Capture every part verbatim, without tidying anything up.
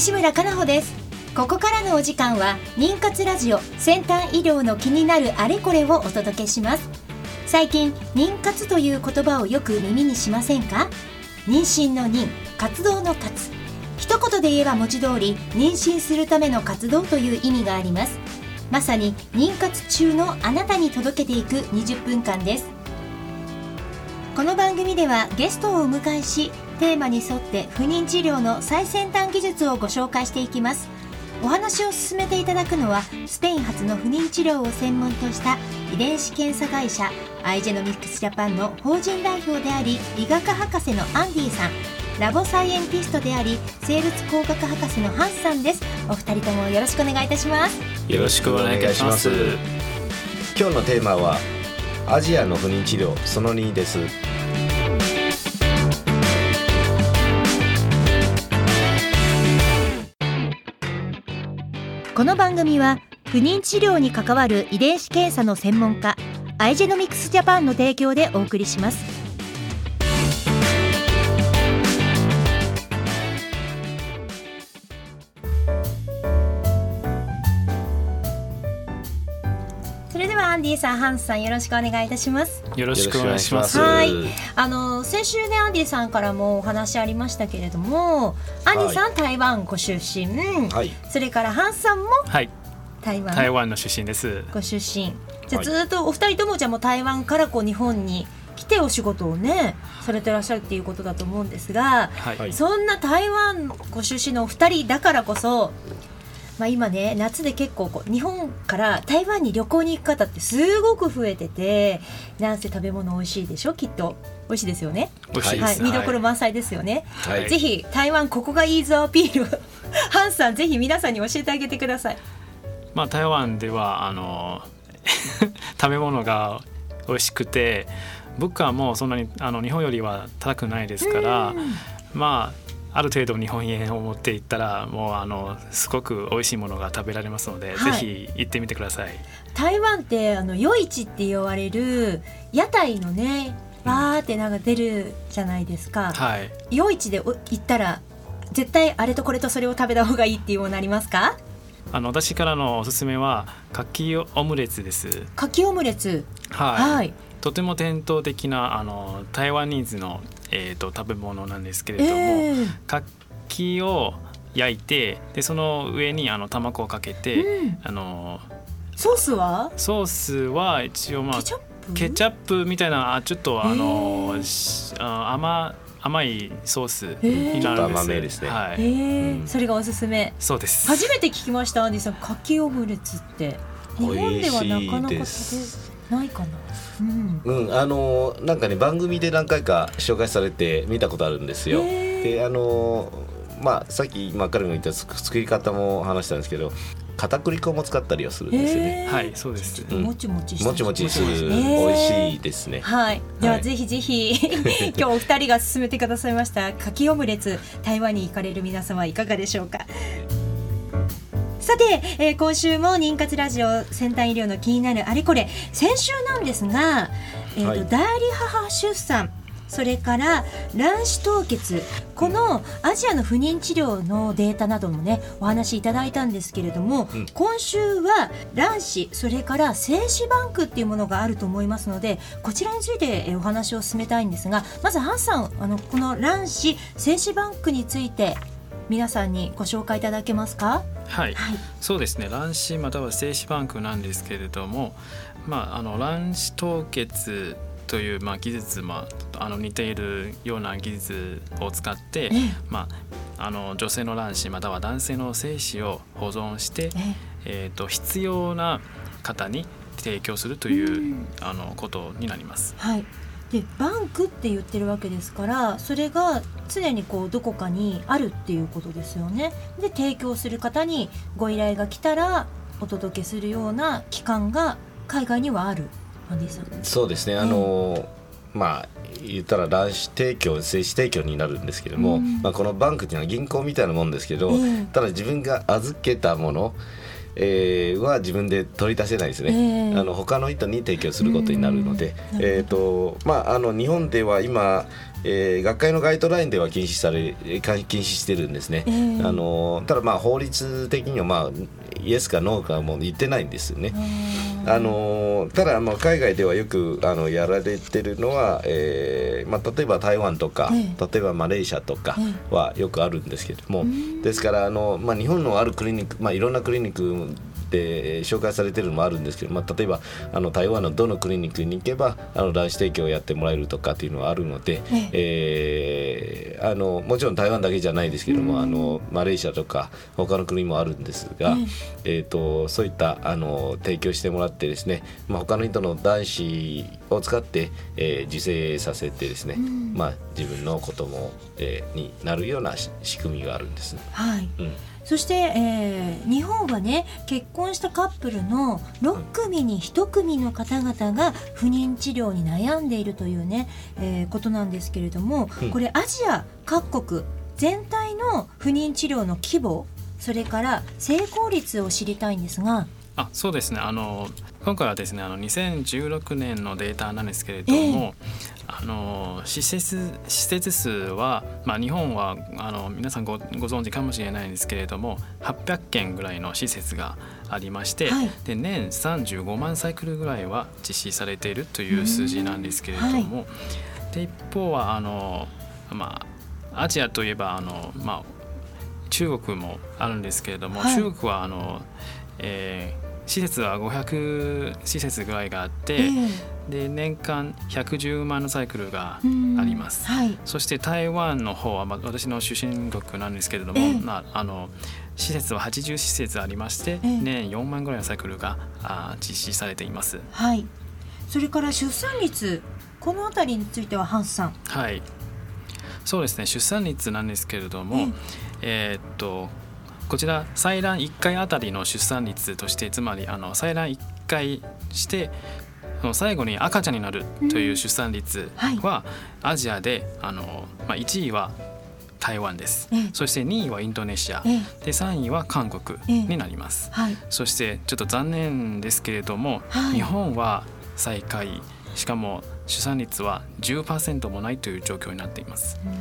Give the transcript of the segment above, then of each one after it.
西村かなほです。ここからのお時間は妊活ラジオ、先端医療の気になるあれこれをお届けします。最近妊活という言葉をよく耳にしませんか？妊娠の妊、活動の活、一言で言えば文字通り妊娠するための活動という意味があります。まさに妊活中のあなたに届けていくにじゅっぷんかんです。この番組ではゲストをお迎えし、テーマに沿って不妊治療の最先端技術をご紹介していきます。お話を進めていただくのは、スペイン発の不妊治療を専門とした遺伝子検査会社アイジェノミクスジャパンの法人代表であり、理学博士のアンディさん、ラボサイエンティストであり生物工学博士のハンスさんです。お二人ともよろしくお願いいたします。 よろしくお願いいたします。 今日のテーマはアジアの不妊治療そのにです。 この番組は不妊治療に関わる遺伝子検査の専門家アイジェノミクスジャパンの提供でお送りします。それではアンディさん、ハンスさん、よろしくお願いいたします。 よろしくお願いします。 はい、あの先週ね、アンディさんからもお話ありましたけれども、アンディさん、はい、台湾ご出身、はい、それからハンスさんも、はい、台湾、 台湾の出身です。 ご出身。じゃあずっとお二人ともじゃあもう台湾からこう日本に来てお仕事をねされてらっしゃるっていうことだと思うんですが、はい、そんな台湾ご出身のお二人だからこそ、まあ、今ね夏で結構こう日本から台湾に旅行に行く方ってすごく増えてて、なんせ食べ物美味しいでしょ、きっと美味しいですよね。 美味しいです、 はい、見どころ満載ですよね、 はい、 ぜひ台湾ここがいいぞアピールをハンさんぜひ皆さんに教えてあげてください。 まあ、台湾ではあの食べ物が美味しくて物価もそんなにあの日本よりは高くないですから、まあある程度日本円を持っていったらもうあのすごく美味しいものが食べられますので、はい、ぜひ行ってみてください。 台湾ってあの夜市って言われる屋台のねわーってなんか出るじゃないですか、はい、夜市で行ったら絶対あれとこれとそれを食べた方がいいっていうものありますか？ あの私からのおすすめはかきオムレツです。 かきオムレツ、 はい、はい、とても伝統的なあの台湾ニーズの、えー、と食べ物なんですけれども、えー、かきを焼いて、でその上にあの卵をかけて、うん、あのソースはソースは一応、まあ、ケチャップ、ケチャップみたいなちょっとあの、えー、あ甘甘いソースになるんです。ちょっと甘めですね、はい、 えーうん、それがおすすめ。 そうです。 初めて聞きました。アンディさん、かきオムレツって日本ではなかなか食べないかな。うんうん、あのなんかね番組で何回か紹介されて見たことあるんですよ。であのまあさっき今彼が言った作り方も話したんですけど、片栗粉も使ったりはするんですよね。 はい、そうです。 ちょっともちもちした、 もちもちする、美味しいですね。 はい、ではぜひぜひ今日お二人が勧めてくださいましたかきオムレツ、台湾に行かれる皆様いかがでしょうか。さて、えー、今週も妊活ラジオ先端医療の気になるあれこれ、先週なんですが、えーとはい、代理母出産、それから卵子凍結、このアジアの不妊治療のデータなどもねお話いただいたんですけれども、うん、今週は卵子、それから精子バンクっていうものがあると思いますので、こちらについてお話を進めたいんですが、まずハンさん、あのこの卵子精子バンクについて皆さんにご紹介いただけますか？ はい、はい、そうですね。卵子または精子バンクなんですけれども、まあ、あの卵子凍結という、まあ、技術、まあ、あの似ているような技術を使って、まあ、あの女性の卵子または男性の精子を保存して、えーと、必要な方に提供するというあのことになります。 はい、でバンクって言ってるわけですから、それが常にこうどこかにあるっていうことですよね。で提供する方にご依頼が来たらお届けするような機関が海外にはある。 そうですね、あの、うん、まあ言ったら卵子提供、精子提供になるんですけども、うん、まあ、このバンクっていうのは銀行みたいなもんですけど、うん、ただ自分が預けたものえー、は自分で取り出せないですね、えー、あの他の人に提供することになるので、えーとまあ、あの日本では今、えー、学会のガイドラインでは禁止され禁止してるんですね、えー、あのただまあ法律的には、まあ、イエスかノーかも言ってないんですよね。あのただまあ海外ではよくあのやられてるのは、えーまあ、例えば台湾とか、えー、例えばマレーシアとかはよくあるんですけども、えー、ですからあの、まあ、日本のあるクリニック、まあ、いろんなクリニックで紹介されてるのもあるんですけど、まあ、例えばあの台湾のどのクリニックに行けばあの卵子提供をやってもらえるとかっていうのはあるので、えー、あのもちろん台湾だけじゃないですけども、あのマレーシアとか他の国もあるんですが、えー、とそういったあの提供してもらってですね、まあ、他の人の卵子を使って、えー、受精させてですね、まあ、自分の子供、えー、になるような仕組みがあるんです、 はい、 うん、 そして、えー、日本はね結婚したカップルのろっくみにひとくみの方々が不妊治療に悩んでいるというね、えー、ことなんですけれども、うん、これアジア各国全体の不妊治療の規模、それから成功率を知りたいんですが。 あ、そうですね、あの今回はですねあのにせんじゅうろくねんのデータなんですけれども、えー、あの施設、施設数は、まあ、日本はあの皆さん ご, ご存知かもしれないんですけれどもはっぴゃっけんぐらいの施設がありまして、はい、で年さんじゅうごまんサイクルぐらいは実施されているという数字なんですけれども、はい、で一方はあの、まあ、アジアといえばあの、まあ、中国もあるんですけれども、はい、中国はあの、えー施設はごひゃく施設ぐらいがあって、えー、で年間ひゃくじゅうまんのサイクルがあります、はい、そして台湾の方は、まあ、私の出身国なんですけれども、えーまあ、あの施設ははちじゅう施設ありまして、えー、年よんまんぐらいのサイクルがあ実施されています、 はい、それから出産率、このあたりについてはハンスさん。 はい、そうですね、出産率なんですけれども、えーえー、っとこちら採卵いっかいあたりの出産率として、つまりあの採卵いっかいして最後に赤ちゃんになるという出産率は、うんはい、アジアであの、まあ、いちいは台湾です、えそしてにいはインドネシア、えでさんいは韓国になります、えはい、そしてちょっと残念ですけれども、はい、日本は最下位、しかも出産率は じゅっパーセント もないという状況になっています。 うん、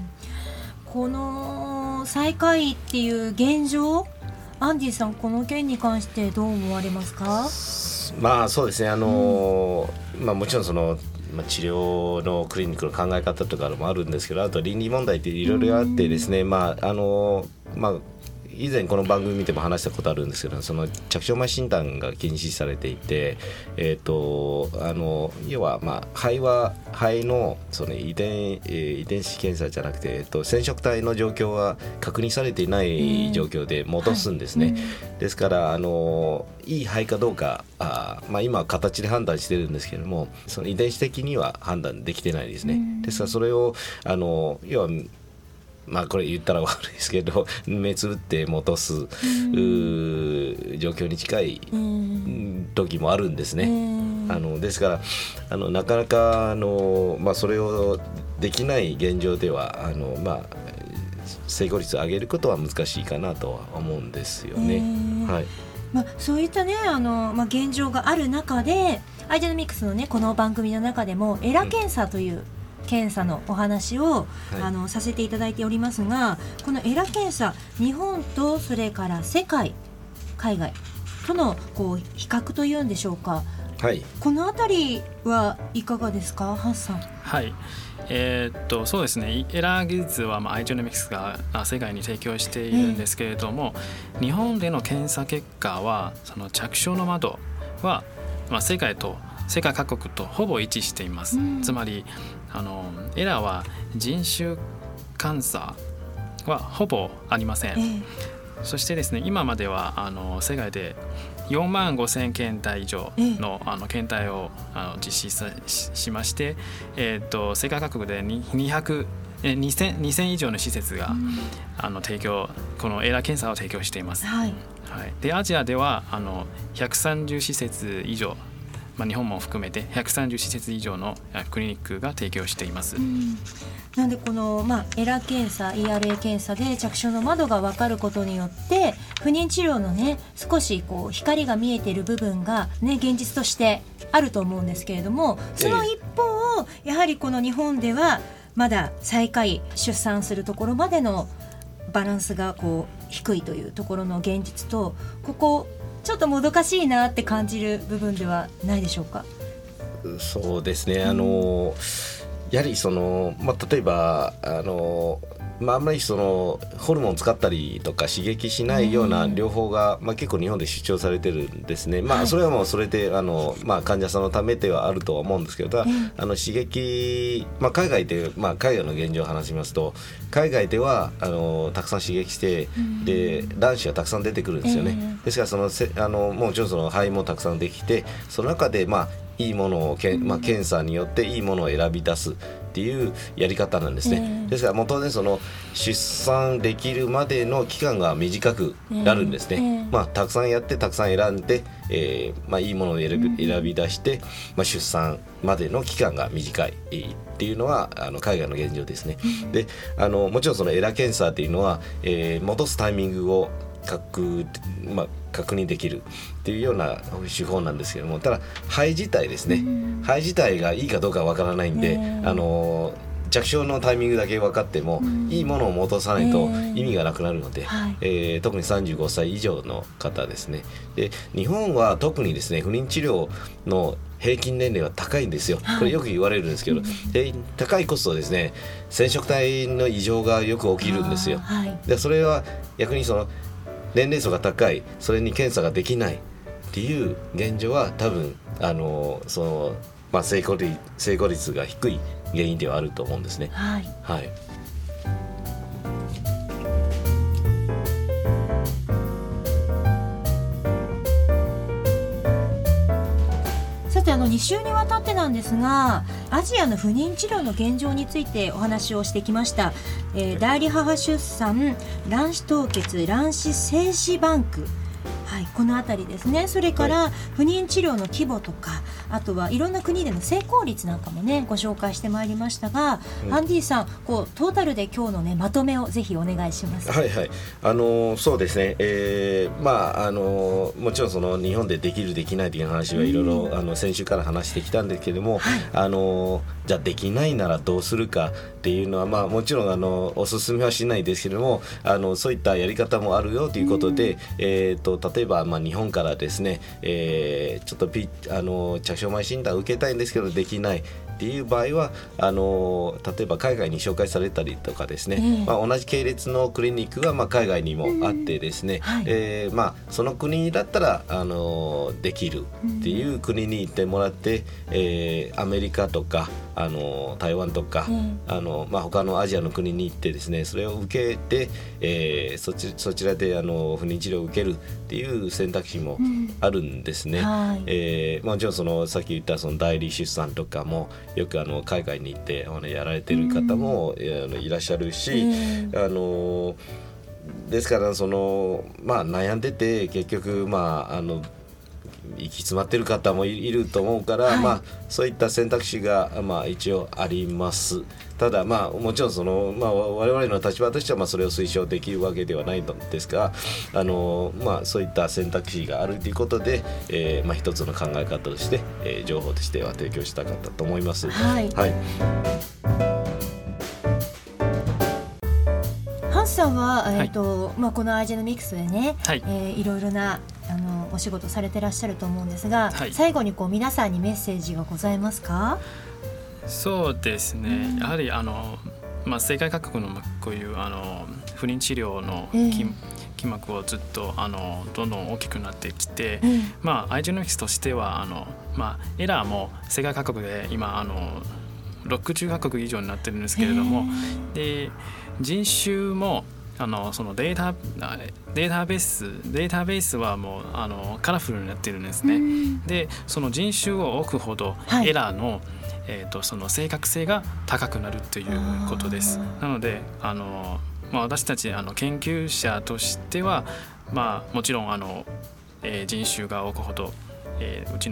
この最下位っていう現状、アンディさんこの件に関してどう思われますか？ まあそうですね、あの、うんまあ、もちろんその、まあ、治療のクリニックの考え方とかもあるんですけど、あと倫理問題っていろいろあってですね、まああのまあ以前この番組見ても話したことあるんですけど、その着床前診断が禁止されていて、えー、とあの要は、まあ、肺は肺のその遺伝、えー、遺伝子検査じゃなくて、えー、と染色体の状況は確認されていない状況で戻すんですね、はい、ですからあのいい肺かどうかあ、まあ、今は形で判断してるんですけども、その遺伝子的には判断できてないですね。ですからそれをあの要はまあこれ言ったら悪いですけど、目つぶって戻す状況に近い時もあるんですね。あのですからあのなかなかあの、まあ、それをできない現状ではあの、まあ、成功率を上げることは難しいかなとは思うんですよね。はい、 まあ、そういったねあの、まあ、現状がある中で、アイデノミクスのねこの番組の中でもエラ検査という、うん検査のお話を、はい、あのさせていただいておりますが、このエラ検査、日本とそれから世界海外とのこう比較というんでしょうか、 はい、 このあたりはいかがですか、ハンさん。 はい、えー、っとそうですね、エラー技術は、まあ、アイジェノミクスが世界に提供しているんですけれども、えー、日本での検査結果はその着床の窓は、まあ、世界と世界各国とほぼ一致しています、うん、つまりあのエラーは人種監査はほぼありません、えー、そしてですね、今まではあの世界でよんまんごせんけんたい以上 の,、えー、あの検体をあの実施 し, しまして、えー、と世界各国でにひゃくえにせん, にせん以上の施設が、うん、あの提供このエラー検査を提供しています、はいはい、でアジアではあのひゃくさんじゅう施設以上、 まあ、日本も含めてひゃくさんじゅう施設以上のクリニックが提供しています。 うん、なんでこの、まあ、エラ検査 イーアールエー 検査で着床の窓が分かることによって不妊治療のね少しこう光が見えている部分が、ね、現実としてあると思うんですけれども、その一方、ええ、やはりこの日本ではまだ最下位出産するところまでのバランスがこう低いというところの現実と、ここちょっともどかしいなって感じる部分ではないでしょうか。 そうですね、あのやはりその、まあ、例えばあの、まあ、あんまりそのホルモンを使ったりとか刺激しないような療法が、まあ、結構日本で主張されてるんですね。まあ、それはもうそれであの、まあ、患者さんのためではあるとは思うんですけど、あの刺激、まあ、海外で、まあ、海外の現状を話しますと、海外ではあのたくさん刺激してで卵子がたくさん出てくるんですよね。ですからそのせあのもちろんその肺もたくさんできて、その中でまあいいものをけ、まあ、検査によっていいものを選び出すっていうやり方なんですね、えー、ですからもう当然その出産できるまでの期間が短くなるんですね、えーえーまあ、たくさんやってたくさん選んで、えーまあ、いいものを選び、選び出して、まあ、出産までの期間が短いっていうのはあの海外の現状ですね、うん、であのもちろんそのエラ検査っていうのは、えー、戻すタイミングを確、まあ、確認できるっていうような手法なんですけども、ただ肺自体ですね、肺自体がいいかどうかわからないんで、あの着床のタイミングだけ分かっても、いいものを戻さないと意味がなくなるので、えー、特にさんじゅうごさい以上の方ですね。で日本は特にですね不妊治療の平均年齢は高いんですよ。これよく言われるんですけど、で高いコストですね、染色体の異常がよく起きるんですよ。でそれは逆にその年齢層が高い、それに検査ができないっていう現状は多分あのその、まあ、成功率、成功率が低い原因ではあると思うんですね。はい、はい。 さてあのに週にわたってなんですが、アジアの不妊治療の現状についてお話をしてきました、えー、代理母出産、卵子凍結、卵子精子バンク、はい、このあたりですね。それから不妊治療の規模とか、あとはいろんな国での成功率なんかもねご紹介してまいりましたが、うん、アンディさんこうトータルで今日のねまとめをぜひお願いします。 はいはい、あのー、そうですね、えー、まああのー、もちろんその日本でできるできないという話はいろいろあの先週から話してきたんですけども、はい、あのー、じゃあできないならどうするかっていうのは、まあ、もちろんあのおすすめはしないですけども、あのそういったやり方もあるよということで、えー、と例えばまあ日本からですね、えー、ちょっとピあの着床前診断を受けたいんですけどできないっていう場合はあの例えば海外に紹介されたりとかですね、えーまあ、同じ系列のクリニックがまあ海外にもあってですね、はい、えーまあ、その国だったらあのできるっていう国に行ってもらって、えー、アメリカとかあの台湾とか、うん、あのまあ、他のアジアの国に行ってですねそれを受けて、えー、そち、そちらであの不妊治療を受けるっていう選択肢もあるんですね、うん、はい、えー、もちろんそのさっき言ったその代理出産とかもよくあの海外に行ってあのやられてる方も、うん、あのいらっしゃるし、うん、あのですからその、まあ、悩んでて結局まああの行き詰まってる方もいると思うから、はい、まあ、そういった選択肢が、まあ、一応あります。ただ、まあ、もちろんその、まあ、我々の立場としては、まあ、それを推奨できるわけではないのですが、あの、まあ、そういった選択肢があるということで、えーまあ、一つの考え方として、えー、情報としては提供したかったと思います。はい、はい。 ハンスさんは、えーとはいまあ、このアジアのミックスでね、はい、えー、いろいろなあのお仕事されてらっしゃると思うんですが、はい、最後にこう皆さんにメッセージがございますか？ そうですね、うん、やはりあの、まあ、世界各国のこういうあの不妊治療の、えー、規模をずっとあのどんどん大きくなってきて、うん、まあ、アイジェノミクスとしてはあの、まあ、エラーも世界各国で今あのろくじゅうカ国以上になってるんですけれども、で人種もあのそのデータデータベースデータベースはもうあのカラフルになってるんですね。でその人種を置くほどエラーの、はい、えーと、その正確性が高くなるということです。なのであの、まあ、私たちあの研究者としては、まあ、もちろんあの、えー、人種が多くほど、えー、うちの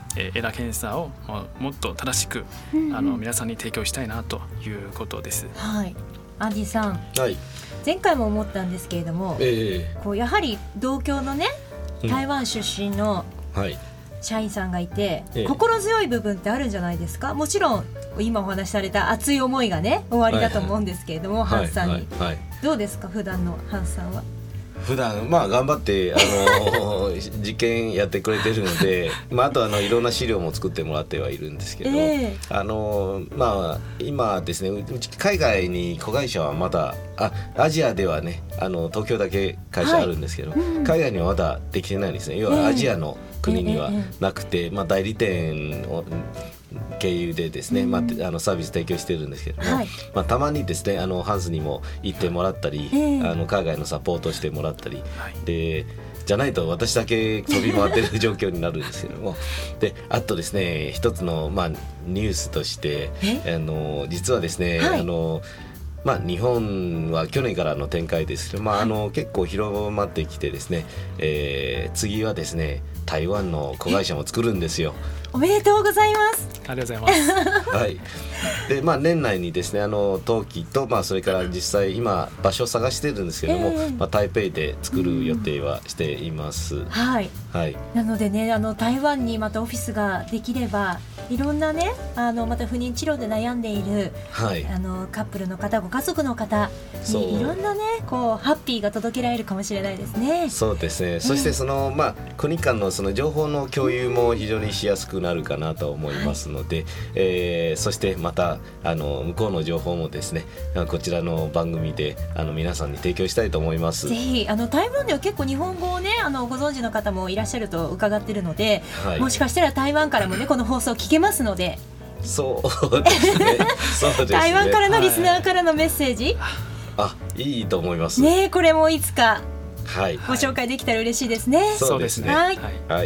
えー、エラー検査をもっと正しく、うんうん、あの皆さんに提供したいなということです。 はい、アンディさん、 はい、 前回も思ったんですけれども、えー、こうやはり同郷のね台湾出身の社員さんがいて、うん、はい、心強い部分ってあるんじゃないですか。もちろん今お話しされた熱い思いがね終わりだと思うんですけれども、はいはい、ハンさんに、はいはいはい、どうですか普段のハンさんは。 普段まあ頑張ってあの実験やってくれてるので、まあ、あとあのいろんな資料も作ってもらってはいるんですけど、えー、あのまあ今ですね、うち海外に子会社はまだあアジアではねあの東京だけ会社あるんですけど、はい、うん、海外にはまだできてないんですね。要はアジアの国にはなくて、えーえー、まあ、代理店を経由でですね、まあ、あのサービス提供してるんですけども、はい、まあ、たまにですねあのハンスにも行ってもらったり、えー、あの海外のサポートしてもらったり、はい、でじゃないと私だけ飛び回ってる状況になるんですけどもであとですね一つの、まあ、ニュースとしてあの実はですね、はい、あのまあ、日本は去年からの展開ですけど、まあ、あの結構広まってきてですね、えー、次はですね台湾の子会社も作るんですよ。 おめでとうございます。 ありがとうございます。 はい。で、まあ、年内にですねあの冬季と、まあ、それから実際今場所を探してるんですけども、えーまあ、台北で作る予定はしています。 はい、はい、なのでねあの台湾にまたオフィスができればいろんなねあのまた不妊治療で悩んでいる、はい、あのカップルの方ご家族の方にいろんなねこうハッピーが届けられるかもしれないですね。 そうですね、えー、そしてその、まあ、国間のその情報の共有も非常にしやすくなるかなと思いますので、はい、えー、そしてまたあの向こうの情報もですねこちらの番組であの皆さんに提供したいと思います。 ぜひあの台湾では結構日本語をねあのご存知の方もいらっしゃると伺っているので、はい、もしかしたら台湾からもねこの放送聞けますのでそうですねそうですね台湾からのリスナーからのメッセージ、はい、 あいいと思いますね。これもいつかはい、 ご紹介できたら嬉しいですね。 そうですね。 はい、 はい、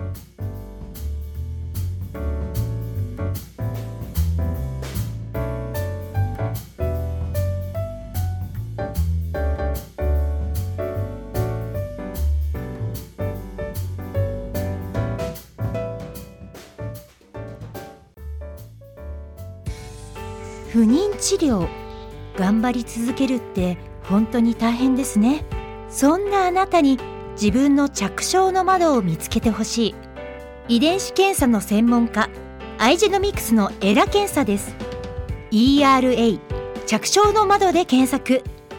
不妊治療頑張り続けるって本当に大変ですね。そんなあなたに自分の着床の窓を見つけてほしい遺伝子検査の専門家アイジェノミクスのエラ検査です。 イーアールエー 着床の窓で検索。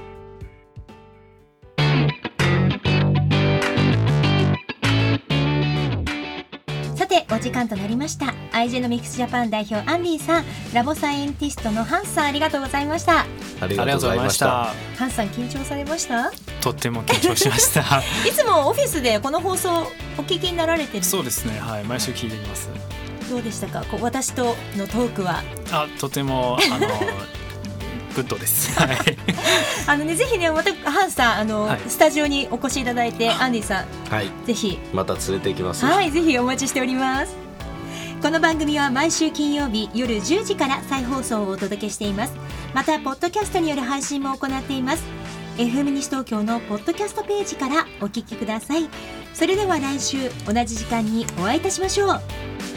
さてお時間となりました。アイジェノミクスジャパン代表アンディさん、ラボサイエンティストのハンさん、ありがとうございました。 ありがとうございました。 ハンさん緊張されました？ とっても緊張しましたいつもオフィスでこの放送お聞きになられてるんですか？ そうですね、はい、毎週聞いています。 どうでしたか、こう私とのトークは。 あ、とてもあのグッドです、はい、 あのね、ぜひねまたハンさんあの、はい、スタジオにお越しいただいてアンディさん、 はい、 ぜひまた連れて行きます。 はい、ぜひお待ちしております。この番組は毎週金曜日夜じゅうじから再放送をお届けしています。またポッドキャストによる配信も行っています。 エフエム 西東京のポッドキャストページからお聞きください。それでは来週同じ時間にお会いいたしましょう。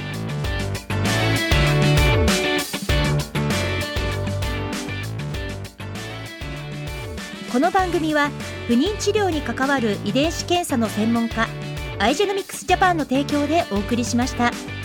この番組は不妊治療に関わる遺伝子検査の専門家アイジェノミクスジャパンの提供でお送りしました。